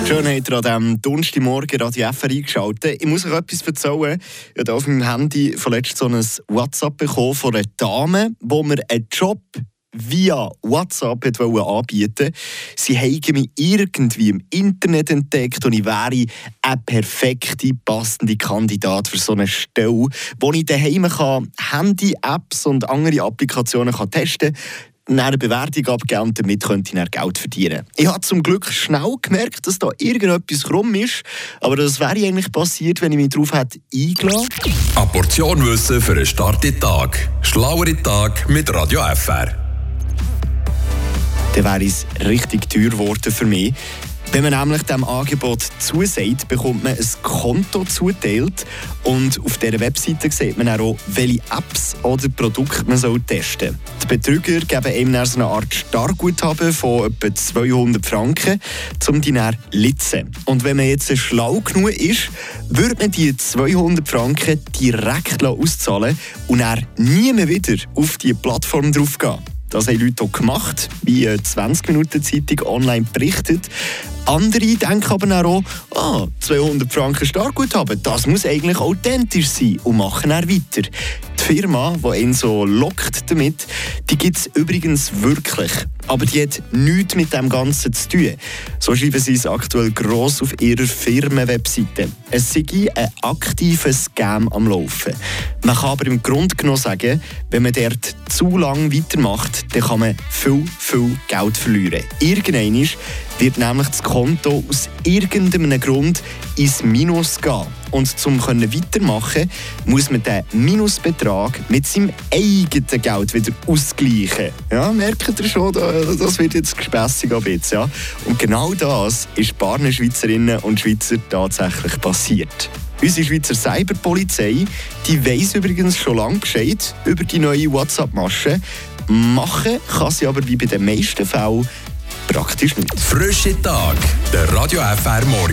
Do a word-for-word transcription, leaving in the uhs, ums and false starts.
Schön, habt ihr an diesem Donnerstagmorgen Radio F R eingeschaltet. Ich muss euch etwas erzählen. Ich habe auf meinem Handy vorletzt so ein WhatsApp bekommen von einer Dame, wo mir einen Job via WhatsApp anbieten wollte. Sie haben mich irgendwie im Internet entdeckt und ich wäre eine perfekte, passende Kandidat für so eine Stelle, wo ich daheim kann Handy-Apps und andere Applikationen kann testen kann, eine Bewertung abgeben und damit könnte ich dann Geld verdienen. Ich habe zum Glück schnell gemerkt, dass da irgendetwas krumm ist, aber das wäre eigentlich passiert, wenn ich mich darauf hätte eingelassen. Eine Portion Wissen für einen starken Tag. Schlauere Tag mit Radio F R. Dann wäre es richtig teuer geworden für mich. Wenn man nämlich diesem Angebot zusagt, bekommt man ein Konto zuteilt und auf dieser Webseite sieht man auch, welche Apps oder Produkte man testen soll. Die Betrüger geben einem dann so eine Art Startguthaben von etwa zweihundert Franken, um die dann zu litzen. Und wenn man jetzt schlau genug ist, würde man die zweihundert Franken direkt auszahlen und dann nie mehr wieder auf die Plattform draufgehen. Das haben Leute auch gemacht, wie die zwanzig Minuten Zeitung online berichtet. Andere denken aber auch, ah, zweihundert Franken Startguthaben, das muss eigentlich authentisch sein und machen dann weiter. Die Firma, die ihn so lockt damit, die gibt es übrigens wirklich. Aber die hat nichts mit dem Ganzen zu tun. So schreiben sie es aktuell gross auf ihrer Firmenwebseite. Es sei ein aktiver Scam am Laufen. Man kann aber im Grunde genommen sagen, wenn man dort zu lange weitermacht, dann kann man viel, viel Geld verlieren. Irgendwann wird nämlich das Konto aus irgendeinem Grund ins Minus gehen. Und um weitermachen muss man den Minusbetrag mit seinem eigenen Geld wieder ausgleichen. Ja, merkt ihr schon, das wird jetzt gespässig ab jetzt. Ja? Und genau das ist paar Schweizerinnen und Schweizer tatsächlich passiert. Unsere Schweizer Cyberpolizei, die weiss übrigens schon lange Bescheid über die neue WhatsApp-Masche. Machen kann sie aber wie bei den meisten Fällen praktisch nicht. Frische Tag, der Radio F R Morgen.